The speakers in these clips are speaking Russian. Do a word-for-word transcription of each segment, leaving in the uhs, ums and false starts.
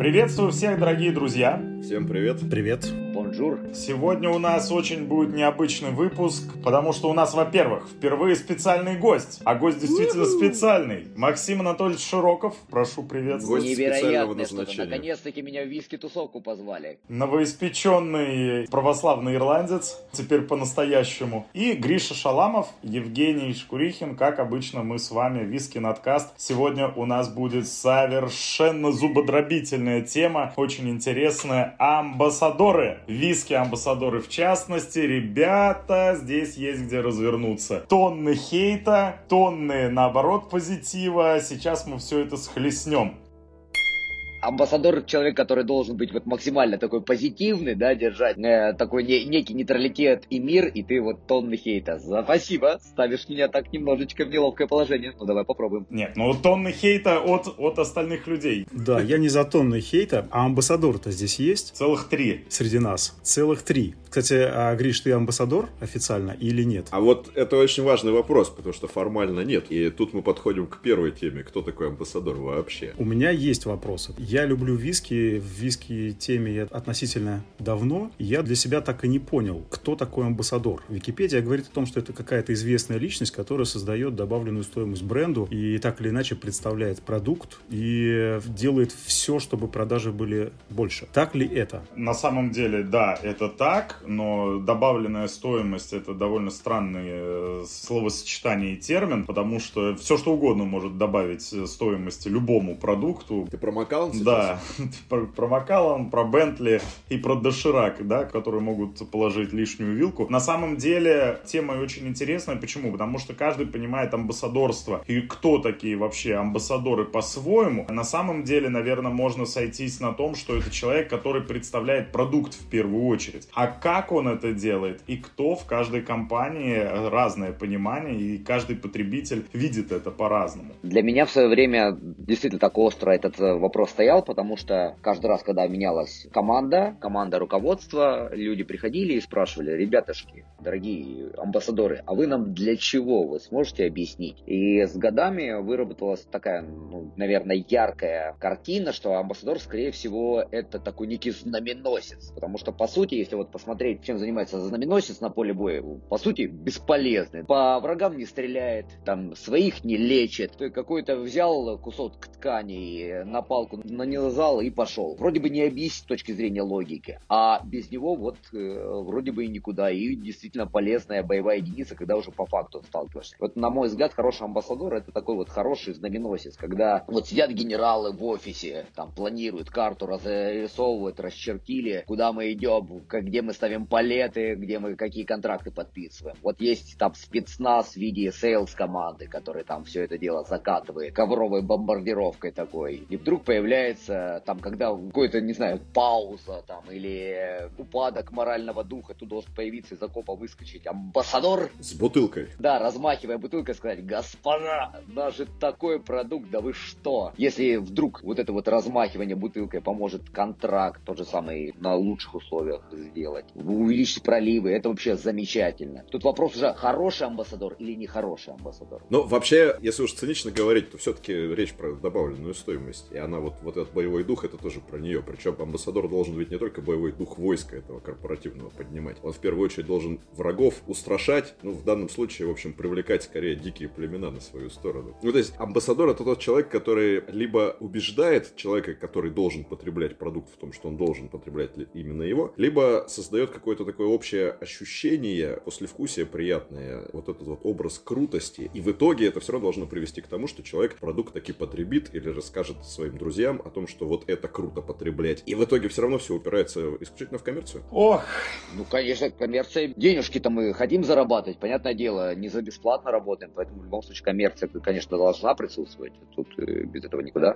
Приветствую всех, дорогие друзья. Всем привет. Привет. Бонжур. Сегодня у нас очень будет необычный выпуск, потому что у нас, во-первых, впервые специальный гость. А гость действительно специальный. Максим Анатольевич Широков. Прошу приветствовать. Гость специального Невероятно, что-то. назначения. Наконец-таки меня в виски-тусовку позвали. Новоиспеченный православный ирландец, теперь по-настоящему. И Гриша Шаламов, Евгений Шкурихин. Как обычно, мы с вами, Виски Надкаст. Сегодня у нас будет совершенно зубодробительная тема, очень интересная. Амбассадоры. Виски-амбассадоры в частности. Ребята, здесь есть где развернуться. Тонны хейта, тонны, наоборот, позитива. Сейчас мы все это схлестнем. Амбассадор — человек, который должен быть вот максимально такой позитивный, да, держать э, такой не, некий нейтралитет и мир, и ты вот тонны хейта. За- Спасибо, ставишь меня так немножечко в неловкое положение. Ну давай попробуем. Нет, ну тонны хейта от, от остальных людей. Да, я не за тонны хейта, а амбассадор-то здесь есть Целых три. среди нас. Целых три. Кстати, а, Гриш, ты амбассадор официально или нет? А вот это очень важный вопрос, потому что формально нет. И тут мы подходим к первой теме. Кто такой амбассадор вообще? У меня есть вопросы. Я люблю виски, в виски-теме я относительно давно. И я для себя так и не понял, кто такой амбассадор. Википедия говорит о том, что это какая-то известная личность, которая создает добавленную стоимость бренду и так или иначе представляет продукт и делает все, чтобы продажи были больше. Так ли это? На самом деле, да, это так, но добавленная стоимость — это довольно странное словосочетание и термин, потому что все, что угодно может добавить стоимости любому продукту. Ты про Макалан сейчас? Да, про, про Макалан, про Бентли и про Доширак, да, которые могут положить лишнюю вилку. На самом деле, тема очень интересная. Почему? Потому что каждый понимает амбассадорство и кто такие вообще амбассадоры по-своему. На самом деле, наверное, можно сойтись на том, что это человек, который представляет продукт в первую очередь. А как он это делает и кто в каждой компании, разное понимание, и каждый потребитель видит это по-разному. Для меня в свое время действительно так остро этот э, вопрос стоял, потому что каждый раз, когда менялась команда, команда руководства, люди приходили и спрашивали: ребятушки, дорогие амбассадоры, а вы нам для чего? Вы сможете объяснить? И с годами выработалась такая, ну, наверное, яркая картина, что амбассадор, скорее всего, это такой некий знаменосец. Потому что, по сути, если вот посмотреть, чем занимается знаменосец на поле боя, по сути, бесполезный. По врагам не стреляет, там, своих не лечит. Ты какой-то взял кусок ткани, на палку нанизал и пошел. Вроде бы не объяснить с точки зрения логики, а без него вот э, вроде бы и никуда. И действительно полезная боевая единица, когда уже по факту сталкиваешься. Вот, на мой взгляд, хороший амбассадор — это такой вот хороший знаменосец, когда вот сидят генералы в офисе, там, планируют карту, разрисовывают, расчертили, куда мы идем, как, где мы ставим палеты, где мы какие контракты подписываем. Вот есть там спецназ в виде сейлс-команды, который там все это дело закатывает ковровой бомбардировкой такой. И вдруг появляется там, когда какой-то, не знаю, пауза там или упадок морального духа, тут должен появиться из окопа, выскочить амбассадор. С бутылкой. Да, размахивая бутылкой, сказать: господа, даже такой продукт, да вы что? Если вдруг вот это вот размахивание бутылкой поможет контракт тот же самый на лучших условиях сделать, увеличить проливы, это вообще замечательно. Тут вопрос уже: хороший амбассадор или нехороший амбассадор. Но вообще, если уж цинично говорить, то все-таки речь про добавленную стоимость. И она вот, вот этот боевой дух, это тоже про нее. Причем амбассадор должен быть не только боевой дух войска этого корпоративного поднимать. Он в первую очередь должен врагов устрашать, ну, в данном случае, в общем, привлекать скорее дикие племена на свою сторону. Ну, то есть амбассадор — это тот человек, который либо убеждает человека, который должен потреблять продукт, в том, что он должен потреблять именно его, либо создает какое-то такое общее ощущение, послевкусие приятное, вот этот вот образ крутости. И в итоге это все равно должно привести к тому, что человек продукт таки потребит или расскажет своим друзьям о том, что вот это круто потреблять. И в итоге все равно все упирается исключительно в коммерцию. Ох! Ну, конечно, коммерция. Денежки-то мы хотим зарабатывать, понятное дело, не за бесплатно работаем, поэтому в любом случае коммерция, конечно, должна присутствовать. Тут э, без этого никуда.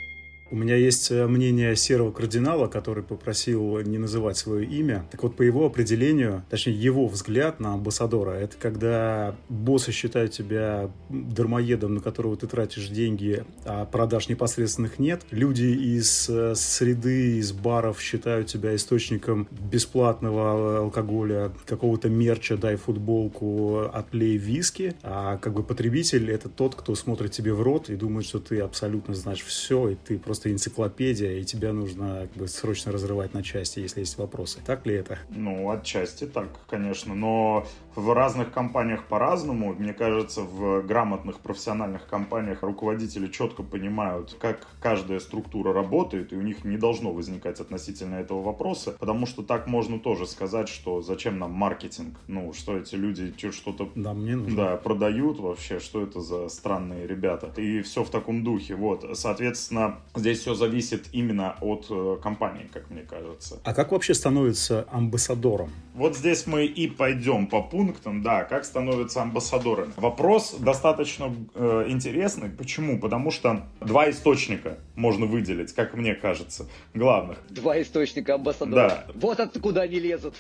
У меня есть мнение серого кардинала, который попросил не называть свое имя. Так вот, по его определению, точнее, его взгляд на амбассадора, это когда боссы считают тебя дармоедом, на которого ты тратишь деньги, а продаж непосредственных нет. Люди из среды, из баров считают тебя источником бесплатного алкоголя, какого-то мерча, дай футболку, отлей виски. А как бы потребитель — это тот, кто смотрит тебе в рот и думает, что ты абсолютно знаешь все, и ты просто просто энциклопедия, и тебя нужно как бы срочно разрывать на части, если есть вопросы. Так ли это? Ну, отчасти так, конечно, но в разных компаниях по-разному. Мне кажется, в грамотных профессиональных компаниях руководители четко понимают, как каждая структура работает, и у них не должно возникать относительно этого вопроса, потому что так можно тоже сказать, что зачем нам маркетинг? Ну, что эти люди что-то да, мне нужно. Да, продают вообще, что это за странные ребята. И все в таком духе. Вот, соответственно, здесь все зависит именно от э, компании, как мне кажется. А как вообще становится амбассадором? Вот здесь мы и пойдем по пунктам, да, как становятся амбассадорами. Вопрос достаточно э, интересный. Почему? Потому что два источника можно выделить, как мне кажется, главных. Два источника амбассадоров. Да. Вот откуда они лезут.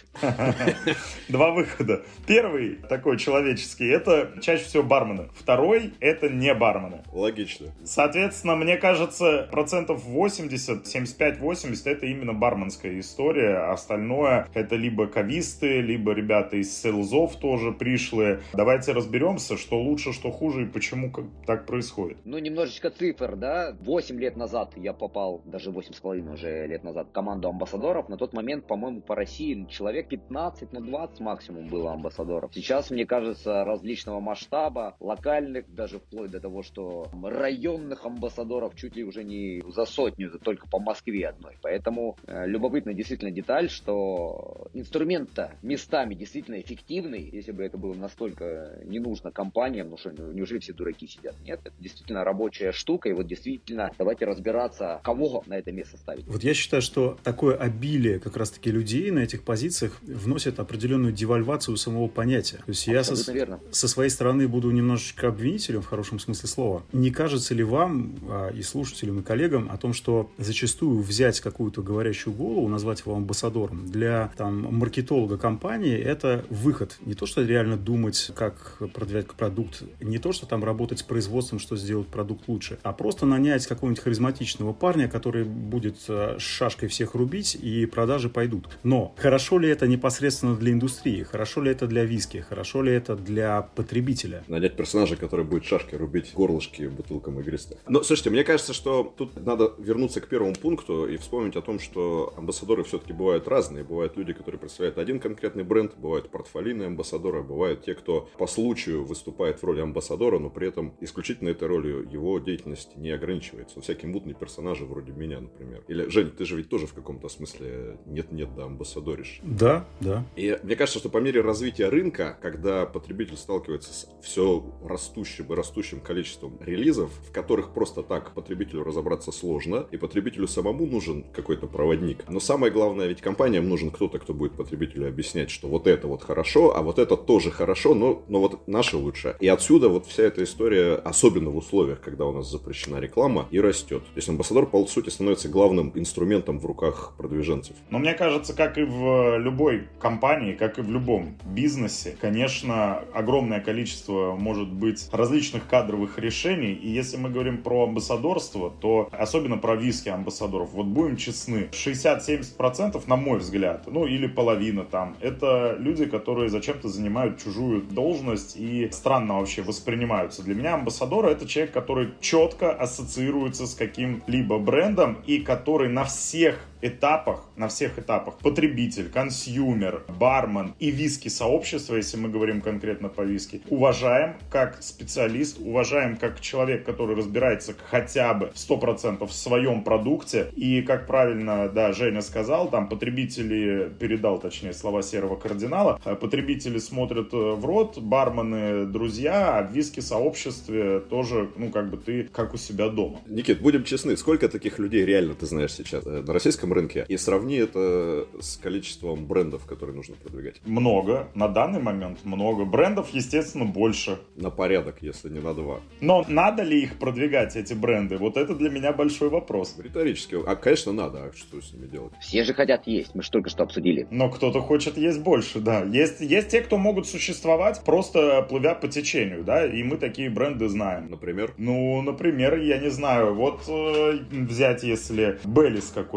Два выхода. Первый, такой человеческий, это чаще всего бармены. Второй, это не бармены. Логично. Соответственно, мне кажется, процентов восемьдесят, семьдесят пять восемьдесят это именно барменская история. А остальное это либо кависты, либо ребята из селзов тоже пришлые. Давайте разберемся, что лучше, что хуже и почему так происходит. Ну, немножечко цифр, да. восемь лет назад я попал, даже восемь с половиной уже лет назад, в команду амбассадоров. На тот момент, по-моему, по России человек пятнадцать, ну двадцать максимум было амбассадоров. Сейчас, мне кажется, различного масштаба, локальных, даже вплоть до того, что районных амбассадоров чуть ли уже не за сотню, это только по Москве одной. Поэтому э, любопытная действительно деталь, что инструмент-то местами действительно эффективный, если бы это было настолько не нужно компаниям, ну что, неужели все дураки сидят? Нет, это действительно рабочая штука, и вот действительно давайте разбираться, кого на это место ставить. Вот я считаю, что такое обилие как раз-таки людей на этих позициях вносит определенную девальвацию самого понятия. То есть я со, со своей стороны буду немножечко обвинителем в хорошем смысле слова. Не кажется ли вам а, и слушателям, и коллегам о том, что зачастую взять какую-то говорящую голову, назвать его амбассадором, для там, маркетолога компании это выход. Не то, что реально думать, как продвигать продукт, не то, что там работать с производством, что сделать продукт лучше, а просто нанять какого-нибудь харизматичного парня, который будет а, шашкой всех рубить, и продажи пойдут. Но хорошо ли это непосредственно для индустрии? Хорошо ли это для виски? Хорошо ли это для потребителя? Нанять персонажа, который будет шашкой рубить горлышки бутылкам игристых. Но, слушайте, мне кажется, что тут надо вернуться к первому пункту и вспомнить о том, что амбассадоры все-таки бывают разные. Бывают люди, которые представляют один конкретный бренд, бывают портфолийные амбассадоры, бывают те, кто по случаю выступает в роли амбассадора, но при этом исключительно этой ролью его деятельность не ограничивается. Вот всякие мутные персонажи вроде меня, например. Или, Жень, ты же ведь тоже в каком-то смысле нет-нет, да, амбассадоришь. Да, да. И мне кажется, что по мере развития рынка, когда потребитель сталкивается с все растущим и растущим количеством релизов, в которых просто так потребителю разобраться сложно, и потребителю самому нужен какой-то проводник. Но самое главное, ведь компаниям нужен кто-то, кто будет потребителю объяснять, что вот это вот хорошо, а вот это тоже хорошо, но, но вот наше лучше. И отсюда вот вся эта история, особенно в условиях, когда у нас запрещена реклама, и растет. То есть амбассадор, по сути, становится главным инструментом в руках продвиженцев. Но мне кажется, как и в любой компании, как и в любом бизнесе, конечно, огромное количество может быть различных кадровых решений. И если мы говорим про амбассадорство, то особенно про виски амбассадоров, вот будем честны, шестьдесят-семьдесят процентов, на мой взгляд, ну или половина там, это люди, которые зачем-то занимают чужую должность и странно вообще воспринимаются. Для меня амбассадор — это человек, который четко ассоциируется с каким-либо брендом и который на всех этапах, на всех этапах потребитель, консюмер, бармен и виски-сообщество, если мы говорим конкретно по виски, уважаем как специалист, уважаем как человек, который разбирается хотя бы сто процентов в своем продукте. И, как правильно, да, Женя сказал, там потребители, передал, точнее, слова серого кардинала, потребители смотрят в рот, бармены друзья, а в виски-сообществе тоже, ну, как бы ты как у себя дома. Никит, будем честны, сколько таких людей реально ты знаешь сейчас на российском рынке? И сравни это с количеством брендов, которые нужно продвигать. Много. На данный момент много. Брендов, естественно, больше. На порядок, если не на два. Но надо ли их продвигать, эти бренды? Вот это для меня большой вопрос. Риторически. А, конечно, надо. А что с ними делать? Все же хотят есть. Мы же только что обсудили. Но кто-то хочет есть больше, да. Есть, есть те, кто могут существовать, просто плывя по течению, да. И мы такие бренды знаем. Например? Ну, например, я не знаю. Вот э, взять, если Беллис какой-нибудь.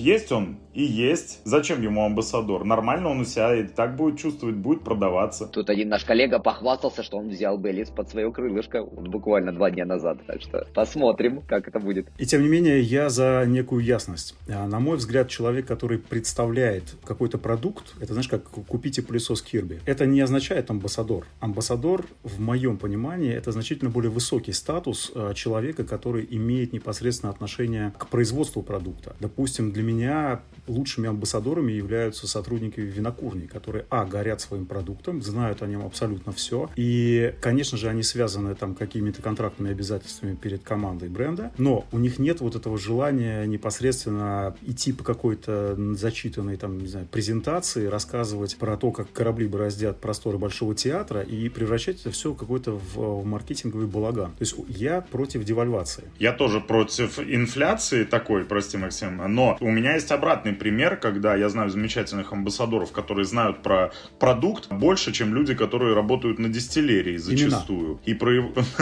есть он и есть. Зачем ему амбассадор? Нормально он у себя и так будет чувствовать, будет продаваться. Тут один наш коллега похвастался, что он взял Беллис под свое крылышко вот буквально два дня назад. Так что посмотрим, как это будет. И тем не менее, я за некую ясность. На мой взгляд, человек, который представляет какой-то продукт, это, знаешь, как купите пылесос Кирби. Это не означает амбассадор. Амбассадор, в моем понимании, это значительно более высокий статус человека, который имеет непосредственное отношение к производству продукта. Допустим, для меня лучшими амбассадорами являются сотрудники винокурни, которые, а, горят своим продуктом, знают о нем абсолютно все. И, конечно же, они связаны там какими-то контрактными обязательствами перед командой бренда, но у них нет вот этого желания непосредственно идти по какой-то зачитанной там, не знаю, презентации, рассказывать про то, как корабли бороздят просторы Большого театра и превращать это все какой-то в, в маркетинговый балаган. То есть я против девальвации. Я тоже против инфляции такой, прости, Максим, но у меня есть обратный пример, когда я знаю замечательных амбассадоров, которые знают про продукт больше, чем люди, которые работают на дистиллерии зачастую. И про...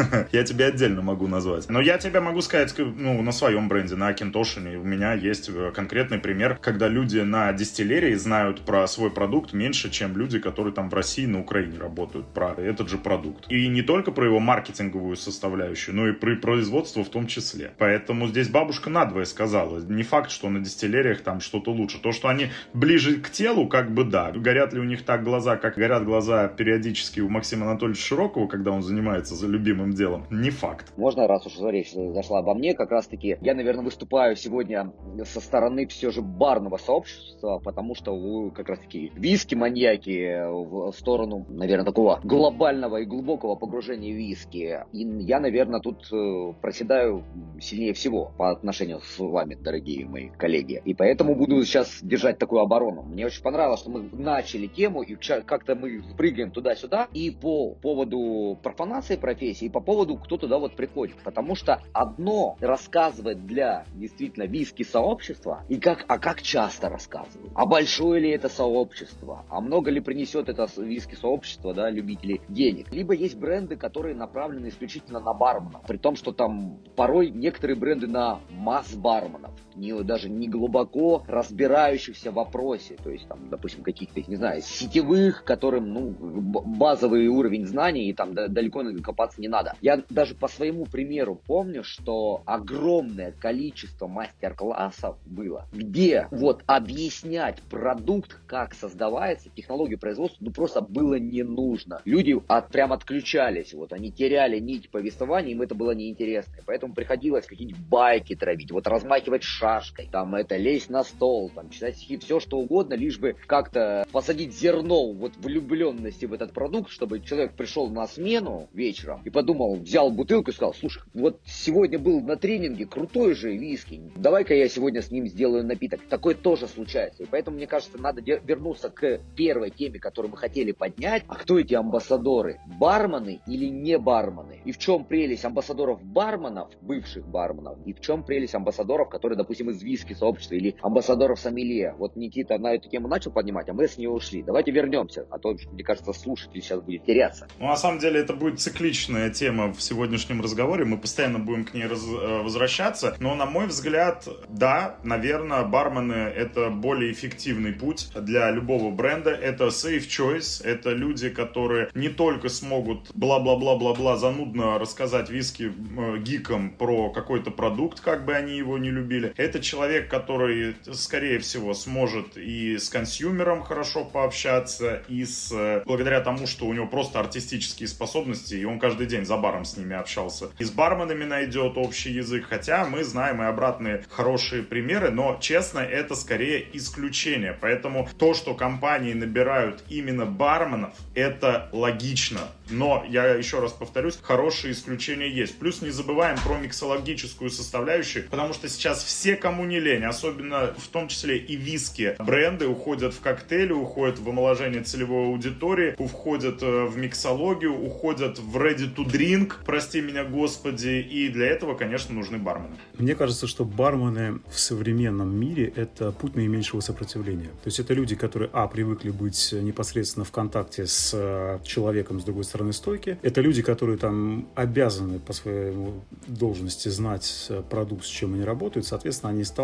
Я тебя отдельно могу назвать. Но я тебе могу сказать, ну, на своем бренде, на Акинтошине, у меня есть конкретный пример, когда люди на дистиллерии знают про свой продукт меньше, чем люди, которые там в России, на Украине работают про этот же продукт. И не только про его маркетинговую составляющую, но и про производство в том числе. Поэтому здесь бабушка надвое сказала. Не факт, что на дистиллериях там что-то лучше. То, что они ближе к телу, как бы да. Горят ли у них так глаза, как горят глаза периодически у Максима Анатольевича Широкого, когда он занимается за любимым делом? Не факт. Можно, раз уж речь зашла обо мне, как раз-таки я, наверное, выступаю сегодня со стороны все же барного сообщества, потому что вы как раз-таки виски-маньяки в сторону, наверное, такого глобального и глубокого погружения в виски. И я, наверное, тут проседаю сильнее всего по отношению с вами, дорогие мои коллеги. И поэтому буду сейчас держать такую оборону. Мне очень понравилось, что мы начали тему, и как-то мы прыгаем туда-сюда, и по поводу профанации профессии, и по поводу, кто туда вот приходит. Потому что одно рассказывать для действительно виски-сообщества, и как, а как часто рассказывают. А большое ли это сообщество? А много ли принесет это виски-сообщество, да, любителей денег? Либо есть бренды, которые направлены исключительно на барменов. При том, что там порой некоторые бренды на масс-барменов. Не, даже не глубоко разбирающихся в вопросе. То есть, там, допустим, каких-то, не знаю, сетевых, которым, ну, базовый уровень знаний, и там далеко копаться не надо. Я даже по своему примеру помню, что огромное количество мастер-классов было, где вот объяснять продукт, как создавается, технологию производства, ну, просто было не нужно. Люди от, прям отключались, вот, они теряли нить повествования, им это было неинтересно. Поэтому приходилось какие-нибудь байки травить, вот размахивать шашкой, там это лезть на стол, там читать стихи, все что угодно, лишь бы как-то посадить зерно вот влюбленности в этот продукт, чтобы человек пришел на смену вечером и подумал, взял бутылку и сказал: слушай, вот сегодня был на тренинге, крутой же виски, давай-ка я сегодня с ним сделаю напиток. Такое тоже случается. И поэтому, мне кажется, надо вернуться к первой теме, которую мы хотели поднять. А кто эти амбассадоры? Бармены или не бармены? И в чем прелесть амбассадоров-барменов, бывших барменов, и в чем прелесть амбассадоров, которые, допустим, из виски-сообщества, или амбассадоров сомелье? Вот Никита на эту тему начал поднимать, а мы с нее ушли. Давайте вернемся, а то, мне кажется, слушатель сейчас будет теряться. Ну, на самом деле, это будет цикличная тема в сегодняшнем разговоре. Мы постоянно будем к ней раз, возвращаться. Но, на мой взгляд, да, наверное, бармены — это более эффективный путь для любого бренда. Это safe choice. Это люди, которые не только смогут бла-бла-бла-бла-бла занудно рассказать виски-гикам про какой-то продукт, как бы они его не любили. Это человек, который, скорее всего, сможет и с консюмером хорошо пообщаться, и с, благодаря тому, что у него просто артистические способности, и он каждый день за баром с ними общался. И с барменами найдет общий язык, хотя мы знаем и обратные хорошие примеры, но, честно, это скорее исключение. Поэтому то, что компании набирают именно барменов, это логично. Но, я еще раз повторюсь, хорошие исключения есть. Плюс не забываем про миксологическую составляющую, потому что сейчас все, кому не лень, особенно в том числе и виски, бренды уходят в коктейли, уходят в омоложение целевой аудитории, уходят в миксологию, уходят в ready to drink, прости меня, господи, и для этого, конечно, нужны бармены. Мне кажется, что бармены в современном мире — это путь наименьшего сопротивления. То есть это люди, которые, а, привыкли быть непосредственно в контакте с человеком с другой стороны стойки. Это люди, которые там обязаны по своей должности знать продукт, с чем они работают. Соответственно, они сталкиваются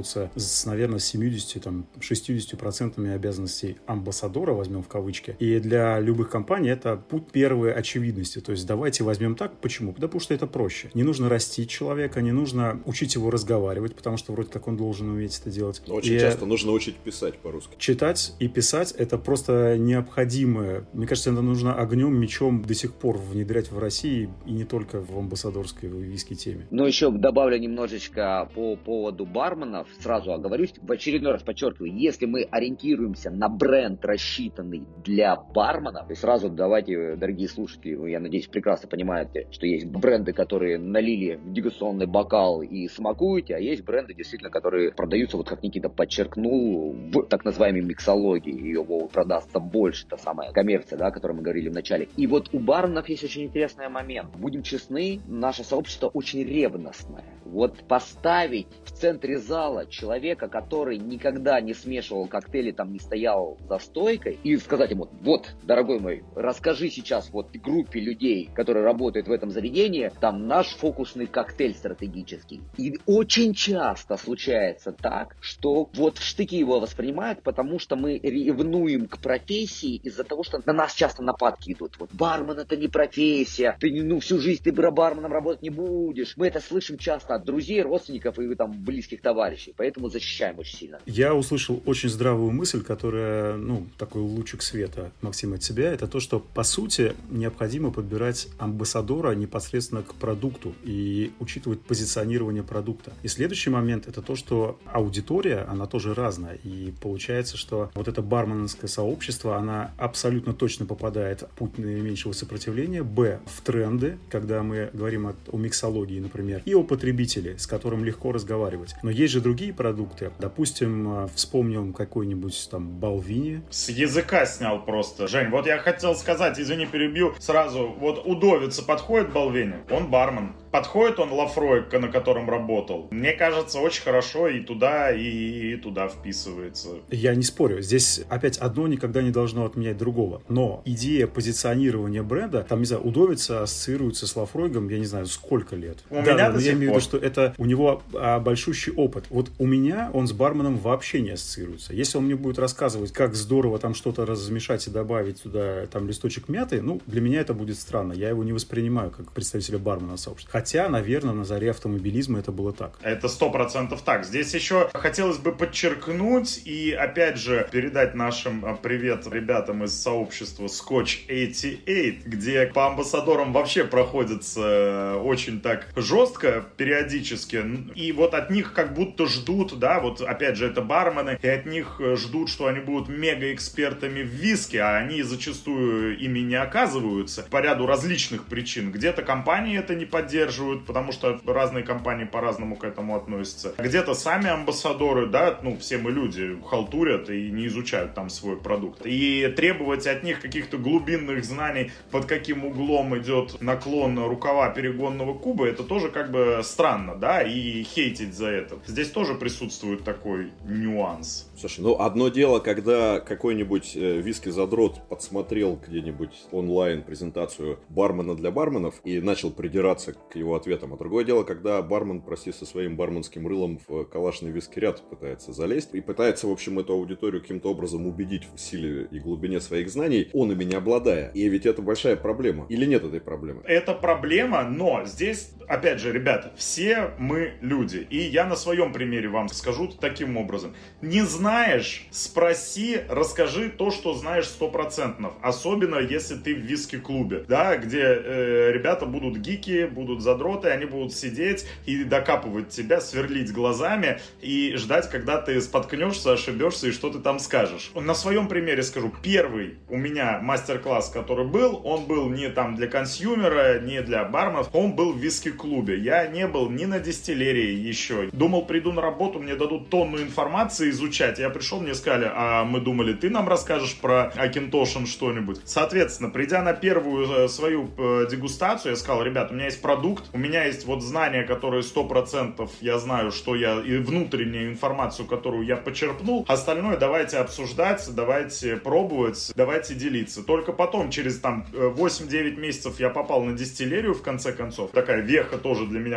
сталкиваются с, наверное, семьдесят-шестьдесят процентами обязанностей амбассадора, возьмем в кавычки. И для любых компаний это путь первой очевидности. То есть давайте возьмем так. Почему? Да потому что это проще. Не нужно растить человека, не нужно учить его разговаривать, потому что вроде как он должен уметь это делать. Очень и часто нужно учить писать по-русски. Читать и писать — это просто необходимое. Мне кажется, это нужно огнем, мечом до сих пор внедрять в России, и не только в амбассадорской виски теме. Ну, еще добавлю немножечко по поводу барменов. Сразу оговорюсь, в очередной раз подчеркиваю, если мы ориентируемся на бренд, рассчитанный для барменов, и сразу давайте, дорогие слушатели, я надеюсь, прекрасно понимаете, что есть бренды, которые налили в дегустационный бокал и смакуете, а есть бренды, действительно, которые продаются, вот как Никита подчеркнул, в так называемой миксологии. Ее продастся больше, та самая коммерция, да, о которой мы говорили в начале. И вот у барменов есть очень интересный момент. Будем честны, наше сообщество очень ревностное. Вот поставить в центре зала человека, который никогда не смешивал коктейли, там не стоял за стойкой, и сказать ему: вот, дорогой мой, расскажи сейчас вот группе людей, которые работают в этом заведении, там наш фокусный коктейль стратегический. И очень часто случается так, что вот в штыки его воспринимают, потому что мы ревнуем к профессии из-за того, что на нас часто нападки идут. Вот бармен — это не профессия, ты ну всю жизнь ты барменом работать не будешь. Мы это слышим часто от друзей, родственников и там близких товарищей, поэтому защищаем очень сильно. Я услышал очень здравую мысль, которая, ну, такой лучик света, Максим, от тебя. Это то, что, по сути, необходимо подбирать амбассадора непосредственно к продукту и учитывать позиционирование продукта. И следующий момент — это то, что аудитория, она тоже разная. И получается, что вот это барменское сообщество, она абсолютно точно попадает в путь наименьшего сопротивления, б, в тренды, когда мы говорим о, о миксологии, например, и о потребителе, с которым легко разговаривать. Но есть же другие продукты. Допустим, вспомним какой-нибудь там Балвини. С языка снял просто. Жень, вот я хотел сказать, извини, перебью сразу. Вот удовица подходит Балвини, он бармен. Подходит он Лафрой, на котором работал. Мне кажется, очень хорошо и туда, и, и туда вписывается. Я не спорю. Здесь опять одно никогда не должно отменять другого. Но идея позиционирования бренда, там, не знаю, удовица ассоциируется с Лафройгом, я не знаю, сколько лет. У да, меня но до я сих имею в пор. виду, что это у него а, большущий опыт. Вот у меня он с барменом вообще не ассоциируется. Если он мне будет рассказывать, как здорово там что-то размешать и добавить туда там листочек мяты, ну, для меня это будет странно. Я его не воспринимаю как представителя бармена сообщества. Хотя, наверное, на заре автомобилизма это было так. Это сто процентов так. Здесь еще хотелось бы подчеркнуть и, опять же, передать нашим привет ребятам из сообщества Scotch восемьдесят восемь, где по амбассадорам вообще проходится очень так жестко периодически. И вот от них как будто ждут, да, вот опять же, это бармены, и от них ждут, что они будут мега-экспертами в виске, а они зачастую ими не оказываются по ряду различных причин. Где-то компании это не поддерживают, потому что разные компании по-разному к этому относятся. Где-то сами амбассадоры, да, ну, все мы люди, халтурят и не изучают там свой продукт. И требовать от них каких-то глубинных знаний, под каким углом идет наклон рукава перегонного куба, это тоже как бы странно, да, и хейтить за это. Здесь тоже присутствует такой нюанс. Слушай, ну одно дело, когда какой-нибудь э, виски-задрот подсмотрел где-нибудь онлайн презентацию бармена для барменов и начал придираться к его ответам. А другое дело, когда бармен, прости, со своим барменским рылом в калашный виски-ряд пытается залезть и пытается, в общем, эту аудиторию каким-то образом убедить в силе и глубине своих знаний, он ими не обладая. И ведь это большая проблема. Или нет этой проблемы? Это проблема, но здесь, опять же, ребята, все мы люди. И я на своем примере вам скажу таким образом. Не знаешь, спроси, расскажи то, что знаешь стопроцентно. Особенно, если ты в виски-клубе, да, где э, ребята будут гики, будут задроты, они будут сидеть и докапывать тебя, сверлить глазами и ждать, когда ты споткнешься, ошибешься и что ты там скажешь. На своем примере скажу. Первый у меня мастер-класс, который был, он был не там для консюмера, не для барменов, он был в виски-клубе. Я не был ни на дистиллерии еще. Думал, приду на работу, мне дадут тонну информации изучать. Я пришел, мне сказали, а мы думали, ты нам расскажешь про Акинтошин что-нибудь. Соответственно, придя на первую свою дегустацию, я сказал, ребят, у меня есть продукт, у меня есть вот знания, которые сто процентов я знаю, что я, и внутреннюю информацию, которую я почерпнул. Остальное давайте обсуждать, давайте пробовать, давайте делиться. Только потом, через там восемь-девять месяцев я попал на дистиллерию, в конце концов. Такая веха тоже для меня была очень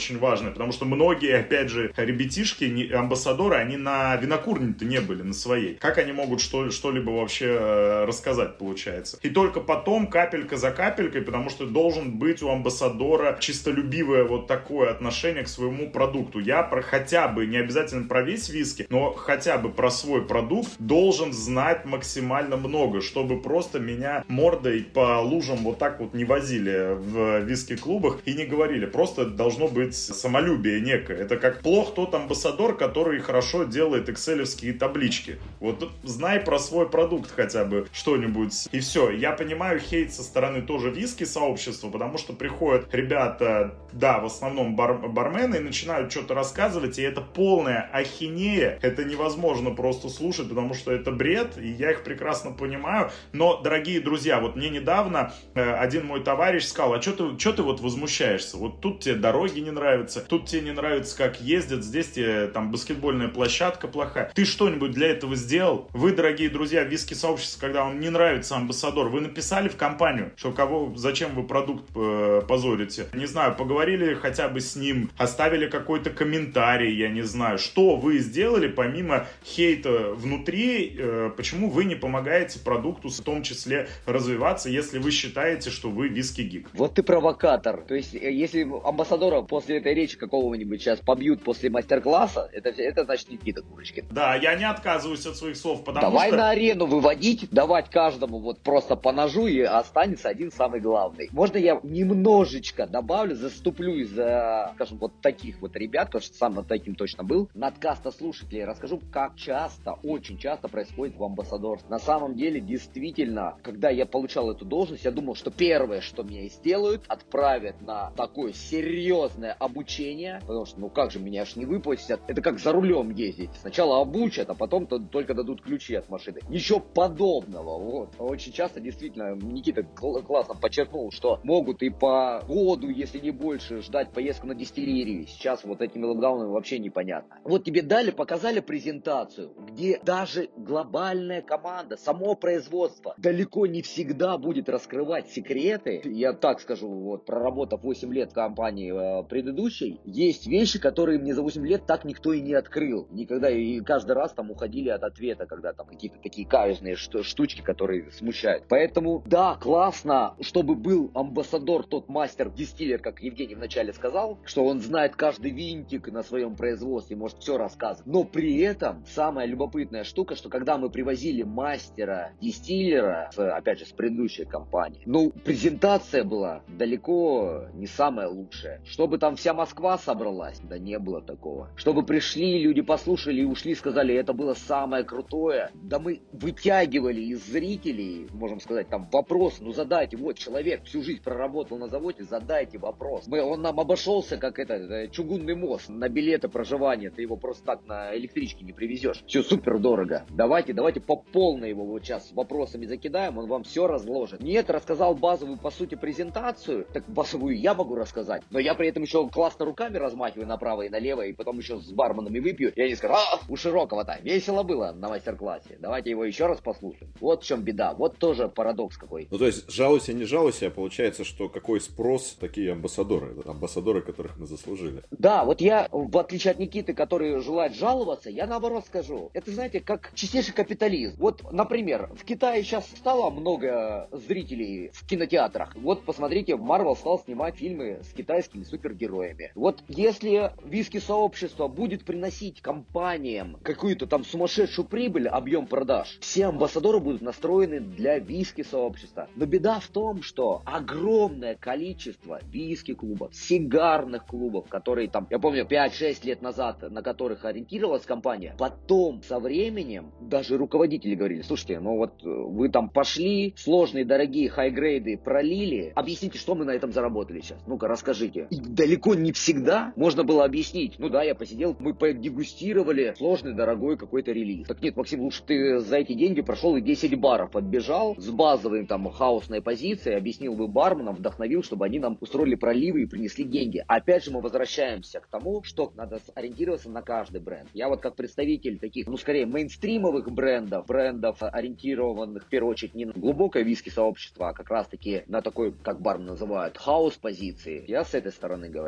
очень важное, потому что многие, опять же, ребятишки, не, амбассадоры, они на винокурне-то не были, на своей. Как они могут что, что-либо вообще э, рассказать, получается? И только потом, капелька за капелькой, потому что должен быть у амбассадора чистолюбивое вот такое отношение к своему продукту. Я про, хотя бы, не обязательно про весь виски, но хотя бы про свой продукт должен знать максимально много, чтобы просто меня мордой по лужам вот так вот не возили в виски-клубах и не говорили. Просто должно быть самолюбие некое. Это как плох тот амбассадор, который хорошо делает экселевские таблички. Вот знай про свой продукт хотя бы что-нибудь. И все. Я понимаю хейт со стороны тоже виски-сообщества, потому что приходят ребята, да, в основном бар- бармены, и начинают что-то рассказывать, и это полная ахинея. Это невозможно просто слушать, потому что это бред, и я их прекрасно понимаю. Но, дорогие друзья, вот мне недавно э, один мой товарищ сказал: а что ты, что ты вот возмущаешься? Вот тут тебе дороги не нравятся, тут тебе не нравится, как ездят, здесь тебе там баскетбольная площадка плохая. Ты что-нибудь для этого сделал? Вы, дорогие друзья, виски-сообщество, когда вам не нравится амбассадор, вы написали в компанию, что кого, зачем вы продукт э, позорите? Не знаю, поговорили хотя бы с ним, оставили какой-то комментарий, я не знаю. Что вы сделали помимо хейта внутри, э, почему вы не помогаете продукту в том числе развиваться, если вы считаете, что вы виски-гик? Вот ты провокатор. То есть, если амбассадора после этой речи какого-нибудь сейчас побьют после мастер-класса, это, это значит Никита Курочкин. Да, я не отказываюсь от своих слов, потому Давай что... на арену выводить, давать каждому вот просто по ножу, и останется один самый главный. Можно я немножечко добавлю, заступлюсь за, скажем, вот таких вот ребят, потому что сам над таким точно был, надкаста слушателей, расскажу, как часто, очень часто происходит в амбассадорстве. На самом деле, действительно, когда я получал эту должность, я думал, что первое, что меня сделают, отправят на такое серьезное обучение, потому что, ну как же, меня аж не выпустят, это как за рулем ездить. Сначала обучат, а потом -то только дадут ключи от машины. Ничего подобного, вот. Очень часто, действительно, Никита кл- классно подчеркнул, что могут и по году, если не больше, ждать поездку на дистиллерию. Сейчас вот этими локдаунами вообще непонятно. Вот тебе дали, показали презентацию, где даже глобальная команда, само производство далеко не всегда будет раскрывать секреты. Я так скажу, вот проработав восемь лет в компании э, предыдущей, есть вещи, которые мне за восемь лет так никто и не открыл. Никогда, и каждый раз там уходили от ответа, когда там какие-то такие каверзные штучки, которые смущают. Поэтому, да, классно, чтобы был амбассадор, тот мастер-дистиллер, как Евгений вначале сказал, что он знает каждый винтик на своем производстве, может все рассказывать. Но при этом самая любопытная штука, что когда мы привозили мастера-дистиллера, опять же, с предыдущей компании, ну, презентация была далеко не самая лучшая. Чтобы там вся Москва собралась, да не было такого. Чтобы пришли, люди послушали и ушли, сказали, это было самое крутое. Да мы вытягивали из зрителей, можем сказать, там вопрос, ну задайте, вот человек всю жизнь проработал на заводе, задайте вопрос. Мы, он нам обошелся, как это, чугунный мост, на билеты проживания, ты его просто так на электричке не привезешь. Все супер дорого. Давайте, давайте по полной его вот сейчас вопросами закидаем, он вам все разложит. Нет, рассказал базовую, по сути, презентацию, так базовую я могу рассказать, но я при этом еще классно руками размахиваю направо и налево, и потом еще с барменами выпью, и они скажут, а, у Широкого-то весело было на мастер-классе, давайте его еще раз послушаем. Вот в чем беда, вот тоже парадокс какой. Ну, то есть, жалуйся, не жалуйся, а получается, что какой спрос, такие амбассадоры, амбассадоры, которых мы заслужили. Да, вот я, в отличие от Никиты, который желает жаловаться, я наоборот скажу, это, знаете, как чистейший капитализм. Вот, например, в Китае сейчас стало много зрителей в кинотеатрах. Вот, посмотрите, Marvel стал снимать фильмы с китайскими супергероями. Вот, если виски-сообщество будет приносить компаниям какую-то там сумасшедшую прибыль, объем продаж, все амбассадоры будут настроены для виски-сообщества. Но беда в том, что огромное количество виски-клубов, сигарных клубов, которые там, я помню, пять-шесть лет назад, на которых ориентировалась компания, потом со временем даже руководители говорили, слушайте, ну вот вы там пошли, сложные, дорогие хай-грейды пролили, объясните, что мы на этом заработали сейчас, ну-ка расскажите. И далеко не всегда можно было объяснить, ну да, я посидел, мы подегустировали сложный, дорогой какой-то релиз. Так нет, Максим, лучше ты за эти деньги прошел и десять баров отбежал с базовой там хаосной позицией, объяснил бы барменам, вдохновил, чтобы они нам устроили проливы и принесли деньги. Опять же мы возвращаемся к тому, что надо ориентироваться на каждый бренд. Я вот как представитель таких, ну скорее мейнстримовых брендов, брендов, ориентированных в первую очередь не на глубокое виски-сообщество, а как раз таки на такой, как бармен называют, хаос позиции. Я с этой стороны говорю.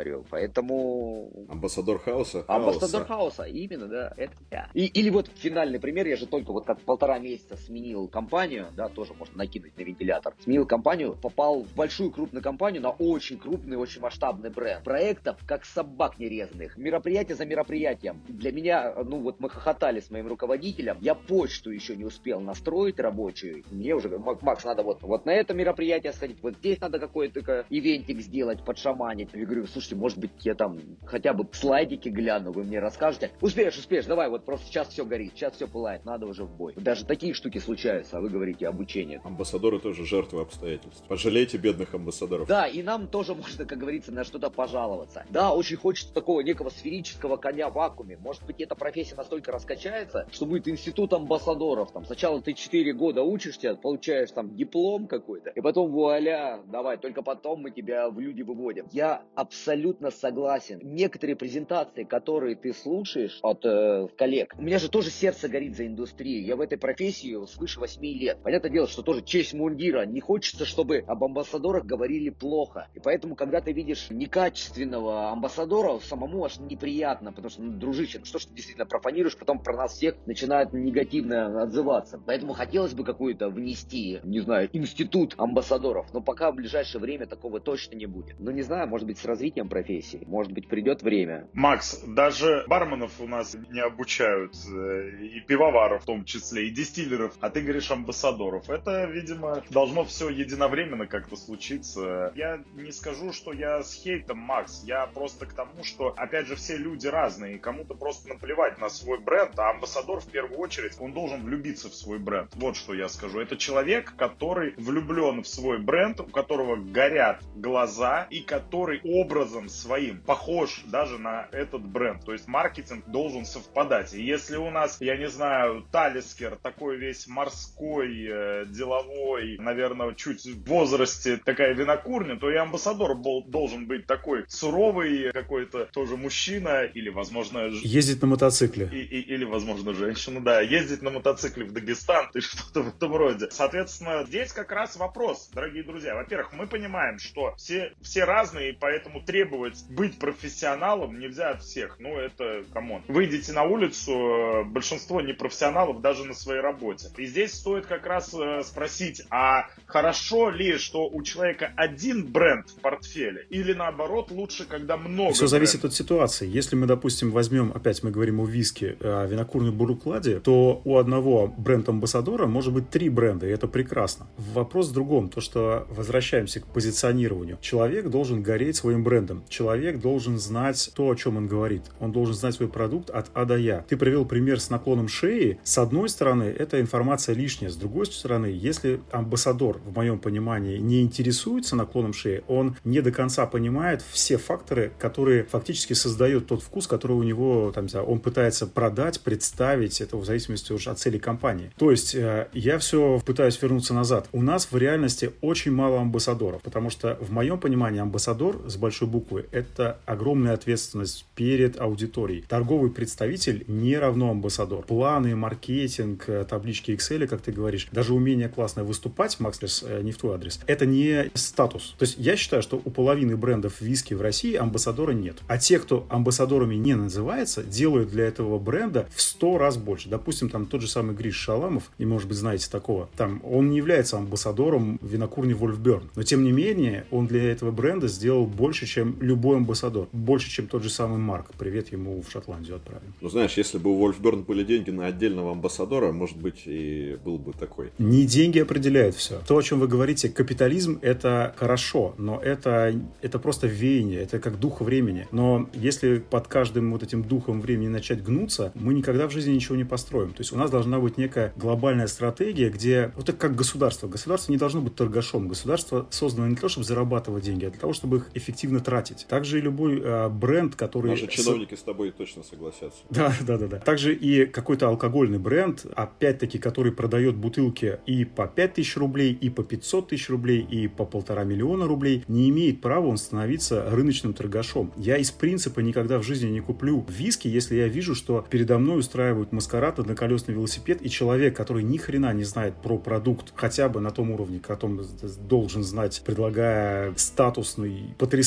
говорю. Поэтому... Амбассадор хаоса? Амбассадор хаоса, именно, да, это я. И, или вот финальный пример, я же только вот как полтора месяца сменил компанию, да, тоже можно накинуть на вентилятор. Сменил компанию, попал в большую крупную компанию на очень крупный, очень масштабный бренд. Проектов как собак нерезанных. Мероприятие за мероприятием. Для меня, ну вот мы хохотали с моим руководителем, я почту еще не успел настроить рабочую. Мне уже, Макс, надо вот, вот на это мероприятие сходить, вот здесь надо какой-то ивентик сделать, подшаманить. Я говорю, слушайте, может быть, я там хотя бы слайдики гляну, вы мне расскажете. Успеешь, успеешь, давай, вот просто сейчас все горит, сейчас все пылает, надо уже в бой. Даже такие штуки случаются, а вы говорите обучение. Амбассадоры тоже жертвы обстоятельств. Пожалейте бедных амбассадоров. Да, и нам тоже можно, как говорится, на что-то пожаловаться. Да, очень хочется такого некого сферического коня в вакууме. Может быть, эта профессия настолько раскачается, что будет институт амбассадоров. Там сначала ты четыре года учишься, получаешь там диплом какой-то, и потом вуаля, давай, только потом мы тебя в люди выводим. Я абсолютно согласен. Некоторые презентации, которые ты слушаешь от э, коллег, у меня же тоже сердце горит за индустрию. Я в этой профессии свыше восьми лет. Понятное дело, что тоже честь мундира. Не хочется, чтобы об амбассадорах говорили плохо. И поэтому, когда ты видишь некачественного амбассадора, самому аж неприятно, потому что, ну, дружище, ну что ж ты действительно профанируешь, потом про нас всех начинают негативно отзываться. Поэтому хотелось бы какую-то внести, не знаю, институт амбассадоров, но пока в ближайшее время такого точно не будет. Ну, не знаю, может быть, с развитием профессии, может быть, придет время. Макс, даже барменов у нас не обучают, и пивоваров в том числе, и дистиллеров, а ты говоришь амбассадоров. Это, видимо, должно все единовременно как-то случиться. Я не скажу, что я с хейтом, Макс, я просто к тому, что, опять же, все люди разные, и кому-то просто наплевать на свой бренд, а амбассадор, в первую очередь, он должен влюбиться в свой бренд. Вот что я скажу. Это человек, который влюблен в свой бренд, у которого горят глаза, и который образом своим похож даже на этот бренд. То есть маркетинг должен совпадать. И если у нас, я не знаю, Талискер такой весь морской, э, деловой, наверное, чуть в возрасте такая винокурня, то и амбассадор был, должен быть такой суровый какой-то тоже мужчина, или, возможно... Ездить на мотоцикле. И, и, или, возможно, женщина, да. Ездить на мотоцикле в Дагестан или что-то в этом роде. Соответственно, здесь как раз вопрос, дорогие друзья. Во-первых, мы понимаем, что все, все разные, и поэтому требовать быть профессионалом нельзя от всех. Ну, это, камон. Выйдите на улицу, большинство непрофессионалов даже на своей работе. И здесь стоит как раз спросить, а хорошо ли, что у человека один бренд в портфеле, или наоборот лучше, когда много Все брендов? зависит от ситуации. Если мы, допустим, возьмем, опять мы говорим о виске, о винокурной бурукладе, то у одного бренд-амбассадора может быть три бренда, и это прекрасно. Вопрос в другом, то что возвращаемся к позиционированию. Человек должен гореть своим брендом. Человек должен знать то, о чем он говорит. Он должен знать свой продукт от А до Я. Ты привел пример с наклоном шеи. С одной стороны, это информация лишняя. С другой стороны, если амбассадор, в моем понимании, не интересуется наклоном шеи, он не до конца понимает все факторы, которые фактически создают тот вкус, который у него, там, он пытается продать, представить, это в зависимости уже от цели компании. То есть, я все пытаюсь вернуться назад. У нас в реальности очень мало амбассадоров, потому что, в моем понимании, амбассадор с большой буквы — это огромная ответственность перед аудиторией. Торговый представитель не равно амбассадор. Планы, маркетинг, таблички Excel, как ты говоришь, даже умение классно выступать, Макс, не в твой адрес, это не статус. То есть, я считаю, что у половины брендов виски в России амбассадора нет. А те, кто амбассадорами не называется, делают для этого бренда в сто раз больше. Допустим, там тот же самый Гриш Шаламов, и, может быть, знаете такого, там он не является амбассадором винокурни Wolfburn, но, тем не менее, он для этого бренда сделал больше, чем любой амбассадор. Больше, чем тот же самый Марк. Привет ему в Шотландию отправим. Ну, знаешь, если бы у Wolfburn были деньги на отдельного амбассадора, может быть, и был бы такой. Не деньги определяют все. То, о чем вы говорите, капитализм — это хорошо, но это, это просто веяние, это как дух времени. Но если под каждым вот этим духом времени начать гнуться, мы никогда в жизни ничего не построим. То есть у нас должна быть некая глобальная стратегия, где... Вот это как государство. Государство не должно быть торгашом. Государство создано не для того, чтобы зарабатывать деньги, а для того, чтобы их эффективно тратить. Также и любой э, бренд, который... Наши чиновники с тобой точно согласятся. Да, да, да, да. Также и какой-то алкогольный бренд, опять-таки, который продает бутылки и по пять тысяч рублей, и по пятьсот тысяч рублей, и по полтора миллиона рублей, не имеет права он становиться рыночным торгашом. Я из принципа никогда в жизни не куплю виски, если я вижу, что передо мной устраивают маскарад, одноколесный велосипед, и человек, который ни хрена не знает про продукт, хотя бы на том уровне, котором должен знать, предлагая статусный, потрясающий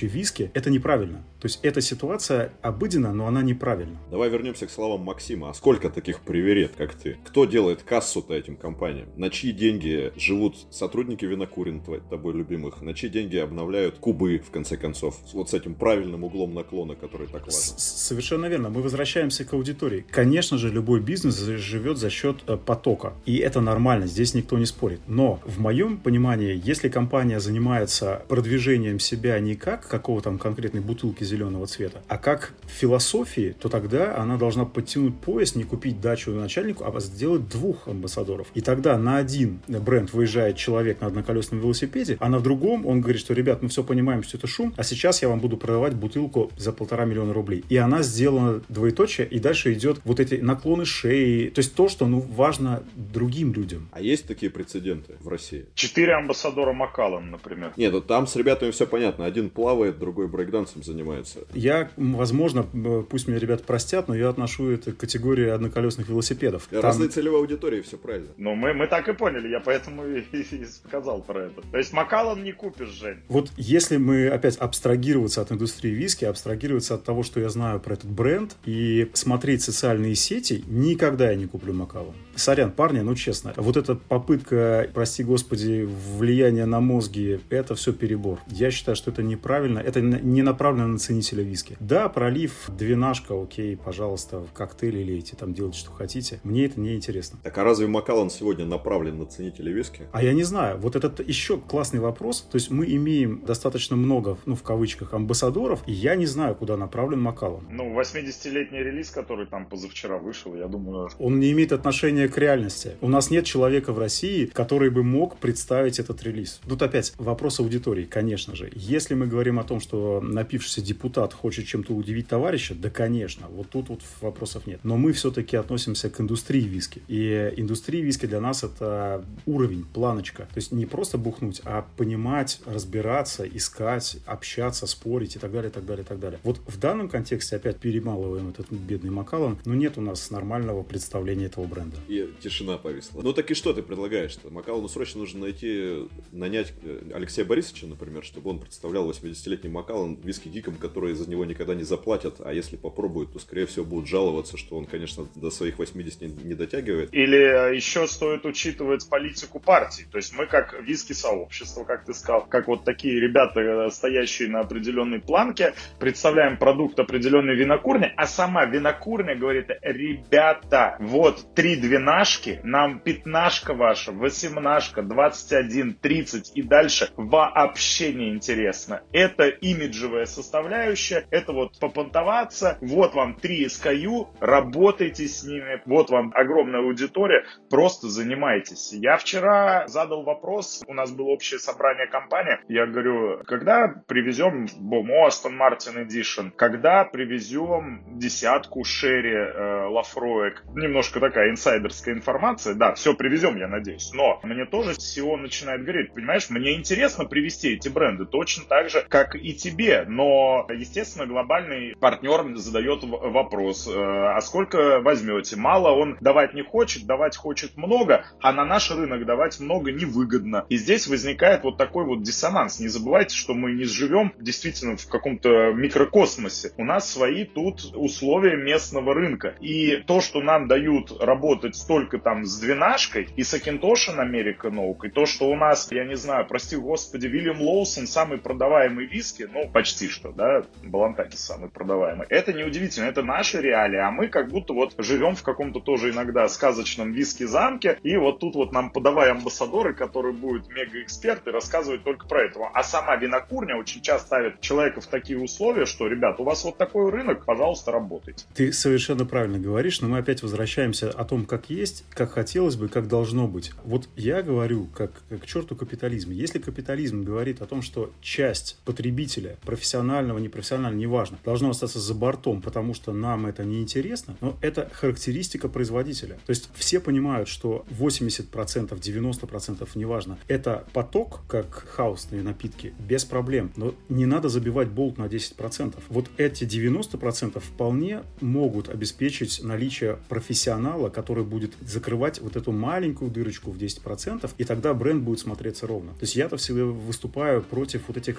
случае виски, это неправильно. То есть эта ситуация обыденна, но она неправильна. Давай вернемся к словам Максима. А сколько таких приверед, как ты? Кто делает кассу-то этим компаниям? На чьи деньги живут сотрудники винокурен, тобой любимых? На чьи деньги обновляют кубы, в конце концов? Вот с этим правильным углом наклона, который так важен. Совершенно верно. Мы возвращаемся к аудитории. Конечно же, любой бизнес живет за счет потока. И это нормально, здесь никто не спорит. Но в моем понимании, если компания занимается продвижением себя не как какого-то там конкретной бутылки зеленого цвета, а как философии, то тогда она должна подтянуть пояс, не купить дачу начальнику, а сделать двух амбассадоров. И тогда на один бренд выезжает человек на одноколесном велосипеде, а на другом он говорит, что, ребят, мы все понимаем, что это шум, а сейчас я вам буду продавать бутылку за полтора миллиона рублей. И она сделана двоеточие, и дальше идет вот эти наклоны шеи, то есть то, что ну, важно другим людям. А есть такие прецеденты в России? Четыре амбассадора Макаллан, например. Нет, ну там с ребятами все понятно. Один плавает, другой брейкдансом занимается. Я, возможно, пусть меня ребята простят, но я отношу это к категории одноколесных велосипедов. Разные там... целевой аудитории, все правильно. Ну, мы, мы так и поняли, я поэтому и, и, и сказал про это. То есть Макаллан не купишь, Жень. Вот если мы опять абстрагироваться от индустрии виски, абстрагироваться от того, что я знаю про этот бренд, и смотреть социальные сети, никогда я не куплю Макаллан. Сорян, парни, ну честно, вот эта попытка, прости господи, влияния на мозги, это все перебор. Я считаю, что это неправильно, это не направлено на ценителя виски. Да, пролив, двенашка, окей, пожалуйста, в коктейль лейте, там делайте, что хотите. Мне это не интересно. Так, а разве Макаллан сегодня направлен на ценителя виски? А я не знаю. Вот это еще классный вопрос. То есть мы имеем достаточно много, ну, в кавычках, амбассадоров, и я не знаю, куда направлен Макаллан. Ну, восьмидесятилетний релиз, который там позавчера вышел, я думаю... Он не имеет отношения к реальности. У нас нет человека в России, который бы мог представить этот релиз. Тут опять вопрос аудитории, конечно же. Если мы говорим о том, что напившийся депутат хочет чем-то удивить товарища, да, конечно, вот тут вот вопросов нет. Но мы все-таки относимся к индустрии виски. И индустрия виски для нас это уровень, планочка. То есть не просто бухнуть, а понимать, разбираться, искать, общаться, спорить и так далее, и так далее, и так далее. Вот в данном контексте опять перемалываем этот бедный Макаллан, но нет у нас нормального представления этого бренда. И тишина повисла. Ну так и что ты предлагаешь-то? Макаллану срочно нужно найти, нанять Алексея Борисовича, например, чтобы он представлял восьмидесятилетний Макаллан виски-гикам, которые за него никогда не заплатят, а если попробуют, то, скорее всего, будут жаловаться, что он, конечно, до своих восьмидесяти не дотягивает. Или еще стоит учитывать политику партии. То есть мы как виски-сообщество, как ты сказал, как вот такие ребята, стоящие на определенной планке, представляем продукт определенной винокурни, а сама винокурня говорит: ребята, вот три двенашки, нам пятнашка ваша, восемнашка, двадцать один, тридцать и дальше вообще не интересно. Это имиджевая составляющая, это вот попонтоваться, вот вам три эс кей ю, работайте с ними, вот вам огромная аудитория, просто занимайтесь. Я вчера задал вопрос, у нас было общее собрание компании, я говорю, когда привезем Бомо Aston Martin Edition, когда привезем десятку Шерри э, Лафроек, немножко такая инсайдерская информация, да, все привезем, я надеюсь, но мне тоже си и о начинает говорить, понимаешь, мне интересно привезти эти бренды точно так же, как и тебе, но, естественно, глобальный партнер задает вопрос, э, а сколько возьмете? Мало он давать не хочет, давать хочет много, а на наш рынок давать много невыгодно. И здесь возникает вот такой вот диссонанс. Не забывайте, что мы не живем действительно в каком-то микрокосмосе. У нас свои тут условия местного рынка. И то, что нам дают работать столько там с двенашкой и с Акинтошин American Oak, и то, что у нас, я не знаю, прости господи, Вильям Лоусон самый продаваемый виски, ну почти что, да, Балантакис самый продаваемый. Это неудивительно, это наши реалии, а мы как будто вот живем в каком-то тоже иногда сказочном виски-замке, и вот тут вот нам подавай амбассадоры, которые будут мега-эксперты, рассказывать только про это. А сама винокурня очень часто ставит человека в такие условия, что, ребят, у вас вот такой рынок, пожалуйста, работайте. Ты совершенно правильно говоришь, но мы опять возвращаемся о том, как есть, как хотелось бы, как должно быть. Вот я говорю, как, как к черту капитализм. Если капитализм говорит о том, что часть потребителя, профессионального, непрофессионального, неважно, должно остаться за бортом, потому что нам это неинтересно, но это характеристика производителя. То есть все понимают, что восемьдесят процентов, девяносто процентов, неважно, это поток, как хаусные напитки, без проблем. Но не надо забивать болт на десять процентов. Вот эти девяносто процентов вполне могут обеспечить наличие профессионала, который будет закрывать вот эту маленькую дырочку в десять процентов, и тогда бренд будет смотреться ровно. То есть я-то всегда выступаю против вот этих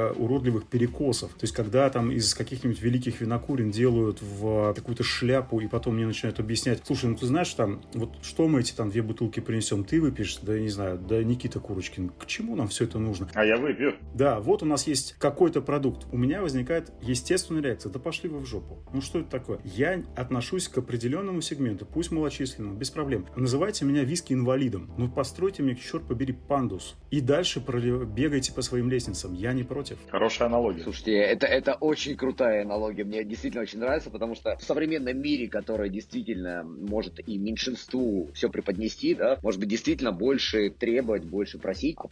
каких-то уродливых перекосов. То есть, когда там из каких-нибудь великих винокурен делают в какую-то шляпу, и потом мне начинают объяснять: слушай, ну ты знаешь, там, вот что мы эти там две бутылки принесем, ты выпьешь, да, не знаю, да Никита Курочкин, к чему нам все это нужно? А я выпью. Да, вот у нас есть какой-то продукт. У меня возникает естественная реакция: да пошли вы в жопу. Ну что это такое? Я отношусь к определенному сегменту, пусть малочисленному, без проблем. Называйте меня виски-инвалидом, но постройте мне, черт побери, пандус. И дальше бегайте по своим лестницам. Я не против. Хорошая аналогия. Слушайте, это, это очень крутая аналогия. Мне действительно очень нравится, потому что в современном мире, который действительно может и меньшинству все преподнести, да, может быть, действительно больше требовать, больше просить. А по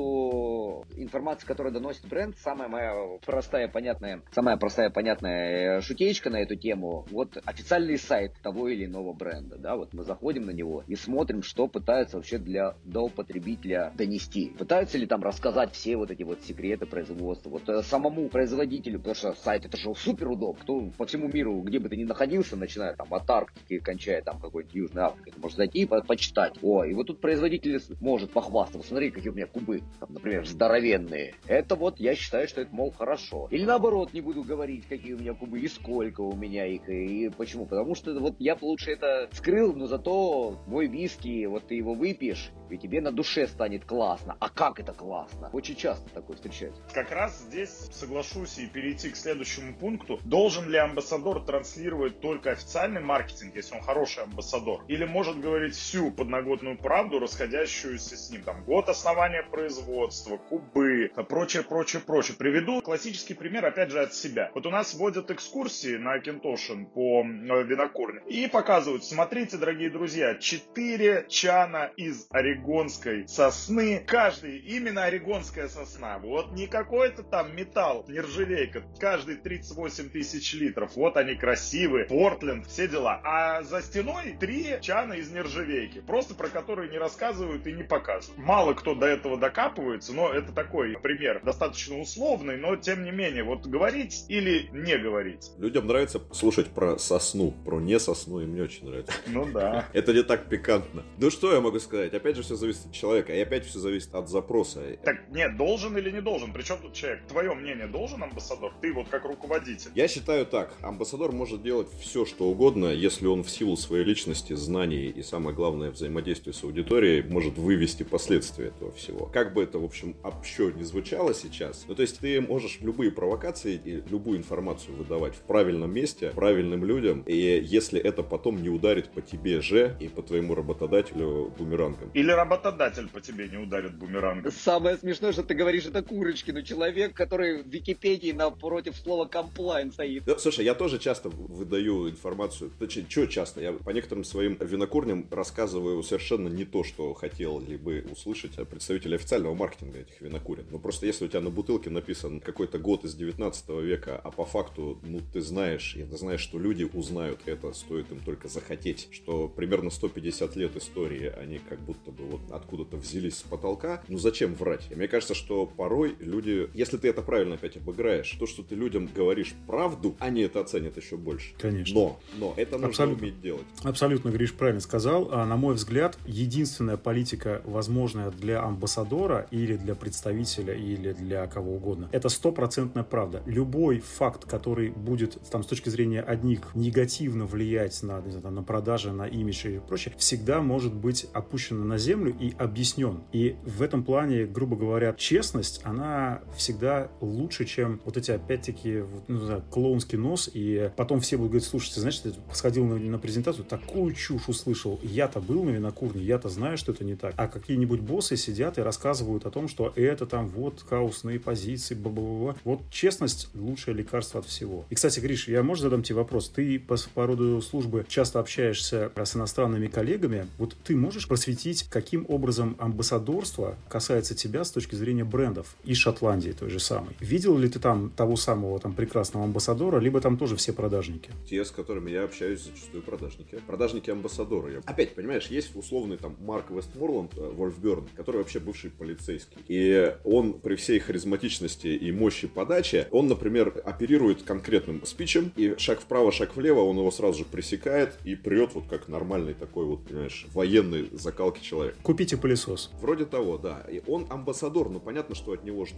поводу информации, которую доносит бренд, самая моя простая, понятная, самая простая, понятная шутеечка на эту тему. Вот официальный сайт того или иного бренда, да, вот мы заходим на него и смотрим, что пытаются вообще для до потребителя донести. Пытаются ли там рассказать все вот эти вот секреты производства. Вот э, самому производителю, потому что сайт это же супер удобно. Кто по всему миру, где бы ты ни находился, начиная там от Арктики, кончая там какой-нибудь Южной Африкой, ты можешь зайти и по почитать. О, и вот тут производитель может похвастаться. Смотри, какие у меня кубы, там, например, здоровенные. Это вот я считаю, что это, мол, хорошо. Или наоборот, не буду говорить, какие у меня кубы и сколько у меня их, и почему. Потому что вот я бы лучше это скрыл, но зато мой виски, вот ты его выпьешь, и тебе на душе станет классно. А как это классно? Очень часто такое встречается. Как раз здесь соглашусь и перейти к следующему пункту. Должен ли амбассадор транслировать только официальный маркетинг, если он хороший амбассадор? Или может говорить всю подноготную правду, расходящуюся с ним? Там год основания производства, кубы, прочее, прочее, прочее. Приведу классический пример, опять же, от себя. Вот у нас вводят экскурсии на Акинтошин по винокурне и показывают: смотрите, дорогие друзья, четыре чана из орегонской сосны. Каждый именно орегонская сосна. Вот не какой-то там металл, нержавейка. Каждый тридцать восемь тысяч литров. Вот они красивые. Портленд, все дела. А за стеной три чана из нержавейки. Просто про которые не рассказывают и не показывают. Мало кто до этого докапывается, но это такой пример. Достаточно условный, но тем не менее. Вот говорить или не говорить. Людям нравится слушать про сосну. Про не сосну им не очень нравится. Ну да. Это не так пикантно. Ну что я могу сказать? Опять же все зависит от человека. И опять все зависит от запроса. Так нет, должен или не должен? Причем тут человек? Твое мнение, должен амбассадор? Ты вот как руководитель. Я считаю так. Амбассадор может делать все, что угодно, если он в силу своей личности, знаний и, самое главное, взаимодействия с аудиторией может вывести последствия этого всего. Как бы это, в общем, общо не звучало сейчас. Ну, то есть ты можешь любые провокации и любую информацию выдавать в правильном месте, правильным людям, и если это потом не ударит по тебе же и по твоему работодателю бумерангом. Или работодатель по тебе не ударит бумерангом. Самое смешное, что ты говоришь, это Курочкин, ну, человек, который в Википедии напротив слова комплайн стоит. Да, слушай, я тоже часто выдаю информацию. Точнее, что часто? Я по некоторым своим винокурням рассказываю совершенно не то, что хотели бы услышать представители официального маркетинга этих винокурен. Ну, просто если у тебя на бутылке написан какой-то год из девятнадцатого века, а по факту, ну, ты знаешь, и ты знаешь, что люди узнают это, стоит им только захотеть, что примерно сто пятьдесят лет истории, они как будто бы вот откуда-то взялись с потолка, ну, зачем врать? И мне кажется, что порой люди, если ты это правильно опять обыграешь, то, что ты людям говоришь правду, они это оценят еще больше. Конечно. Но, но это нужно Абсолютно. уметь делать. Абсолютно, Гриш, правильно сказал. А, на мой взгляд, единственная политика, возможная для амбассадора или для представителя, или для кого угодно, это стопроцентная правда. Любой факт, который будет там, с точки зрения одних негативно влиять на, не знаю, на продажи, на имидж и прочее, всегда может быть опущен на землю и объяснен. И в этом плане, грубо говоря, честность, она всегда лучше, чем вот эти, опять-таки, ну, не знаю, клоунский нос, и потом все будут говорить: слушайте, знаешь, ты сходил на, на презентацию, такую чушь услышал, я-то был на винокурне, я-то знаю, что это не так. А какие-нибудь боссы сидят и рассказывают о том, что это там вот хаосные позиции, бла-бла-бла. Вот честность — лучшее лекарство от всего. И, кстати, Гриш, я, может, задам тебе вопрос? Ты по, по роду службы часто общаешься с иностранными коллегами. Вот ты можешь просветить, каким образом амбассадорство касается тебя с точки зрения брендов из Шотландии той же самой? Видел ли ты там того самого там прекрасного амбассадора, либо там тоже все продажники? Те, с которыми я общаюсь, зачастую продажники. Продажники-амбассадоры. Опять, понимаешь, есть условный там Марк Вестморланд, Вольфберн, который вообще бывший полицейский. И он при всей харизматичности и мощи подачи, он, например, оперирует конкретным спичем, и шаг вправо, шаг влево, он его сразу же пресекает и прет вот как нормальный такой вот, понимаешь, военный закалки человек. Купите пылесос. Вроде того, да. И он амбассадор, но понятно, что от него ждут как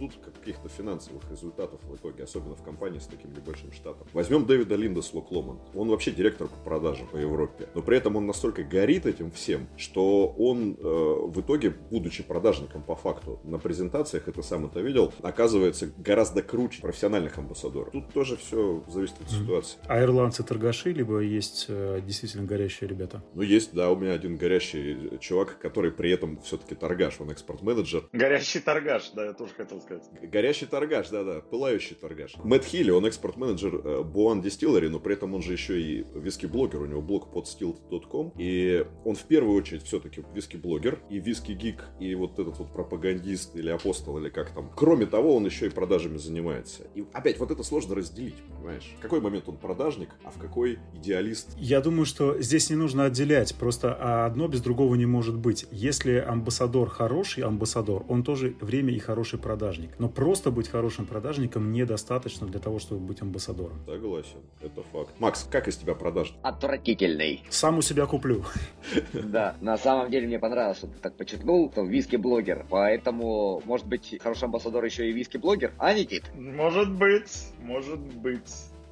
каких-то финансовых результатов в итоге, особенно в компании с таким небольшим штатом. Возьмем Дэвида Линда с Локломанд. Он вообще директор по продажам по Европе, но при этом он настолько горит этим всем, что он э, в итоге, будучи продажником по факту, на презентациях, это сам это видел, оказывается гораздо круче профессиональных амбассадоров. Тут тоже все зависит от mm-hmm. ситуации. А ирландцы торгаши, либо есть э, действительно горящие ребята? Ну, есть, да, у меня один горящий чувак, который при этом все-таки торгаш, он экспорт-менеджер. Горящий торгаш, да, я тоже хотел сказать. Горящий торгаш, да-да, пылающий торгаш. Мэтт Хилли, он экспорт-менеджер Буан Distillery, но при этом он же еще и виски-блогер, у него блог podstill точка ком, и он в первую очередь все-таки виски-блогер, и виски-гик, и вот этот вот пропагандист или апостол, или как там. Кроме того, он еще и продажами занимается. И опять, вот это сложно разделить, понимаешь? В какой момент он продажник, а в какой идеалист? Я думаю, что здесь не нужно отделять, просто одно без другого не может быть. Если амбассадор хороший амбассадор, он тоже время и хороший продажник. Но просто быть хорошим продажником недостаточно для того, чтобы быть амбассадором. Согласен, это факт. Макс, как из тебя продажник? Отвратительный. Сам у себя куплю. Да, на самом деле мне понравилось, что ты так подчеркнул, что виски-блогер. Поэтому, может быть, хороший амбассадор еще и виски-блогер, а, Никит? Может быть, может быть.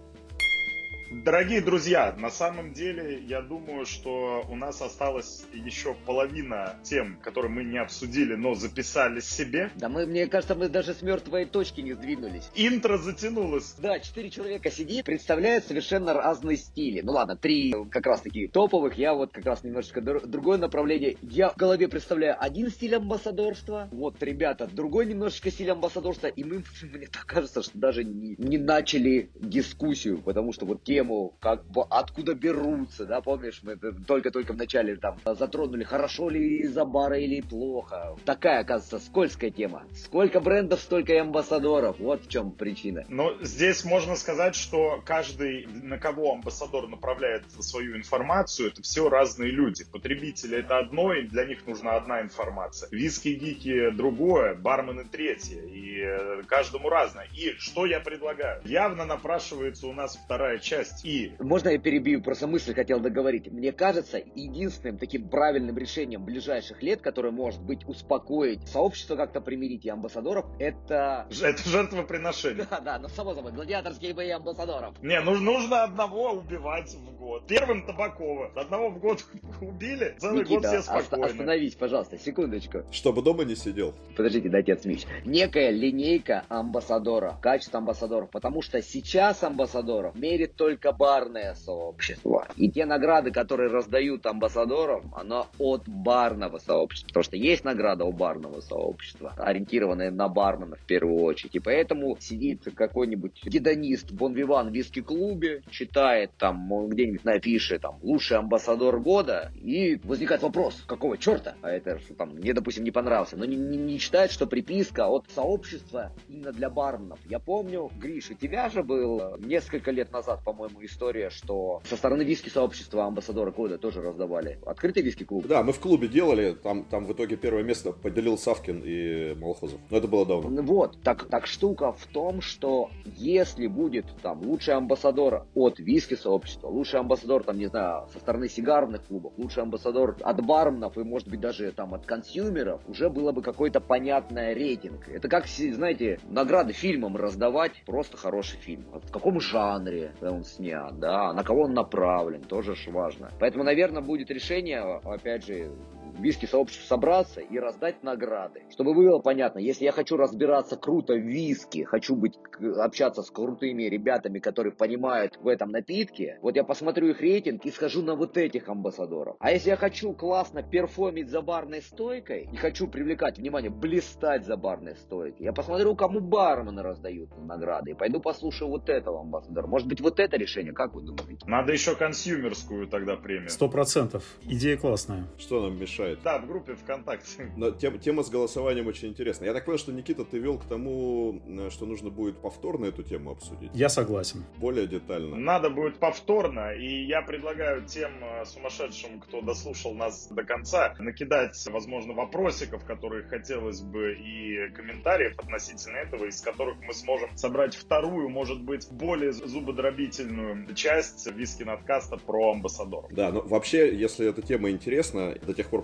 Дорогие друзья, на самом деле, я думаю, что у нас осталась еще половина тем, которые мы не обсудили, но записали себе. Да мы, мне кажется, мы даже с мертвой точки не сдвинулись. Интро затянулось. Да, четыре человека сидит, представляют совершенно разные стили. Ну ладно, три как раз таки топовых, я вот как раз немножечко др- другое направление. Я в голове представляю один стиль амбассадорства, вот ребята другой немножечко стиль амбассадорства, и мы, мне так кажется, что даже не, не начали дискуссию, потому что вот тему, как бы откуда берутся, да, помнишь, мы только-только в начале там затронули, хорошо ли из-за бара или плохо. Такая, оказывается, скользкая тема. Сколько брендов, столько и амбассадоров. Вот в чем причина. Но здесь можно сказать, что каждый, на кого амбассадор направляет свою информацию, это все разные люди. Потребители — это одно, и для них нужна одна информация. Виски-гики — другое, бармены — третье. И каждому разное. И что я предлагаю? Явно напрашивается у нас вторая часть. И... Можно я перебью? Просто мысль хотел договорить. Мне кажется, единственным таким правильным решением ближайших лет, которое может быть успокоить сообщество, как-то примирить и амбассадоров, это... Это жертвоприношение. Да, да, но само собой, гладиаторские бои амбассадоров. Не, ну, нужно одного убивать в год. Первым Табакова. Одного в год убили, целый Никита, год все спокойны. Остановись, пожалуйста, секундочку. Чтобы дома не сидел. Подождите, дайте отсмеюсь. Некая линейка амбассадора, качество амбассадоров, потому что сейчас амбассадоров мерит только барное сообщество. И те награды, которые раздают амбассадорам, оно от барного сообщества. Потому что есть награда у барного сообщества, ориентированная на бармена в первую очередь. И поэтому сидит какой-нибудь гедонист в Бон-Виван виски-клубе, читает там где-нибудь на афише там лучший амбассадор года, и возникает вопрос, какого черта? А это что там мне, допустим, не понравился. Но не, не, не читает, что приписка от сообщества именно для барменов. Я помню, Гриш, у тебя же был несколько лет назад, по-моему, история, что со стороны виски-сообщества амбассадора года тоже раздавали. Открытый виски-клуб. Да, мы в клубе делали, там, там в итоге первое место поделил Савкин и Малхозов. Но это было давно. Вот, так, так штука в том, что если будет там лучший амбассадор от виски-сообщества, лучший амбассадор, там, не знаю, со стороны сигарных клубов, лучший амбассадор от барменов и, может быть, даже там от консюмеров, уже было бы какой-то понятный рейтинг. Это как, знаете, награды фильмам раздавать, просто хороший фильм. В каком жанре он снят, да, на кого он направлен, тоже ж важно. Поэтому, наверное, будет решение, опять же, виски-сообществу собраться и раздать награды. Чтобы было понятно, если я хочу разбираться круто в виски, хочу быть, общаться с крутыми ребятами, которые понимают в этом напитке, вот я посмотрю их рейтинг и схожу на вот этих амбассадоров. А если я хочу классно перформить за барной стойкой и хочу привлекать внимание, блистать за барной стойкой, я посмотрю, кому бармены раздают награды и пойду послушаю вот этого амбассадора. Может быть, вот это решение, как вы думаете? Надо еще консюмерскую тогда премию. Сто процентов. Идея классная. Что нам мешает? Да, в группе ВКонтакте. Но тем, тема с голосованием очень интересная. Я так понял, что, Никита, ты вел к тому, что нужно будет повторно эту тему обсудить. Я согласен. Более детально. Надо будет повторно, и я предлагаю тем сумасшедшим, кто дослушал нас до конца, накидать, возможно, вопросиков, которые хотелось бы, и комментариев относительно этого, из которых мы сможем собрать вторую, может быть, более зубодробительную часть виски-надкаста про амбассадоров. Да, но вообще, если эта тема интересна, до тех пор, пока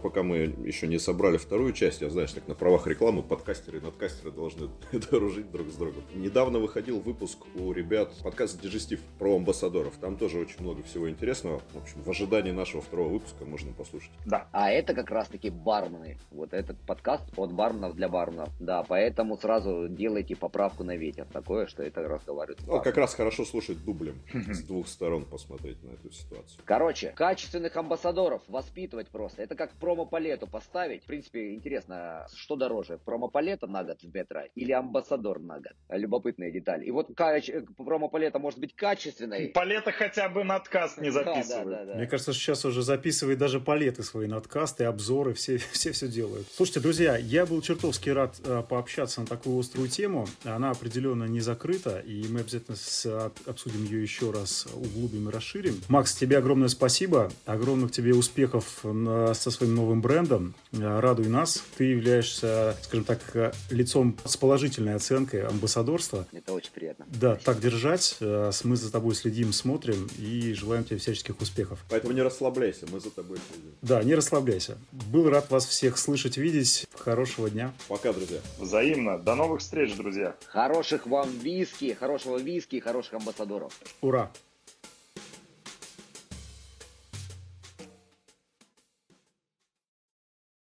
пока мы еще не собрали вторую часть, я, знаешь, так на правах рекламы подкастеры и надкастеры должны дружить друг с другом. Недавно выходил выпуск у ребят подкаста «Дижестив» про амбассадоров. Там тоже очень много всего интересного. В общем, в ожидании нашего второго выпуска можно послушать. Да. А это как раз-таки бармены. Вот этот подкаст от барменов для барменов. Да, поэтому сразу делайте поправку на ветер. Такое, что это разговаривает. Ну, как раз хорошо слушать дублем. С двух сторон посмотреть на эту ситуацию. Короче, качественных амбассадоров воспитывать просто. Это как промо-палету поставить. В принципе, интересно, что дороже? Промо-палета на год в Бетра или амбассадор на год? Любопытная деталь. И вот кач- промо-палета может быть качественной. Палета хотя бы надкаст не записывает. Да, да, да, да. Мне кажется, что сейчас уже записывает даже палеты свои надкасты, обзоры, все, все все делают. Слушайте, друзья, я был чертовски рад э, пообщаться на такую острую тему. Она определенно не закрыта, и мы обязательно с, обсудим ее еще раз, углубим и расширим. Макс, тебе огромное спасибо. Огромных тебе успехов на, со своим новым брендом. Радуй нас. Ты являешься, скажем так, лицом с положительной оценкой амбассадорства. Это очень приятно. Да, спасибо. Так держать. Мы за тобой следим, смотрим и желаем тебе всяческих успехов. Поэтому не расслабляйся, мы за тобой следим. Да, не расслабляйся. Был рад вас всех слышать, видеть. Хорошего дня. Пока, друзья. Взаимно. До новых встреч, друзья. Хороших вам виски, хорошего виски и хороших амбассадоров. Ура!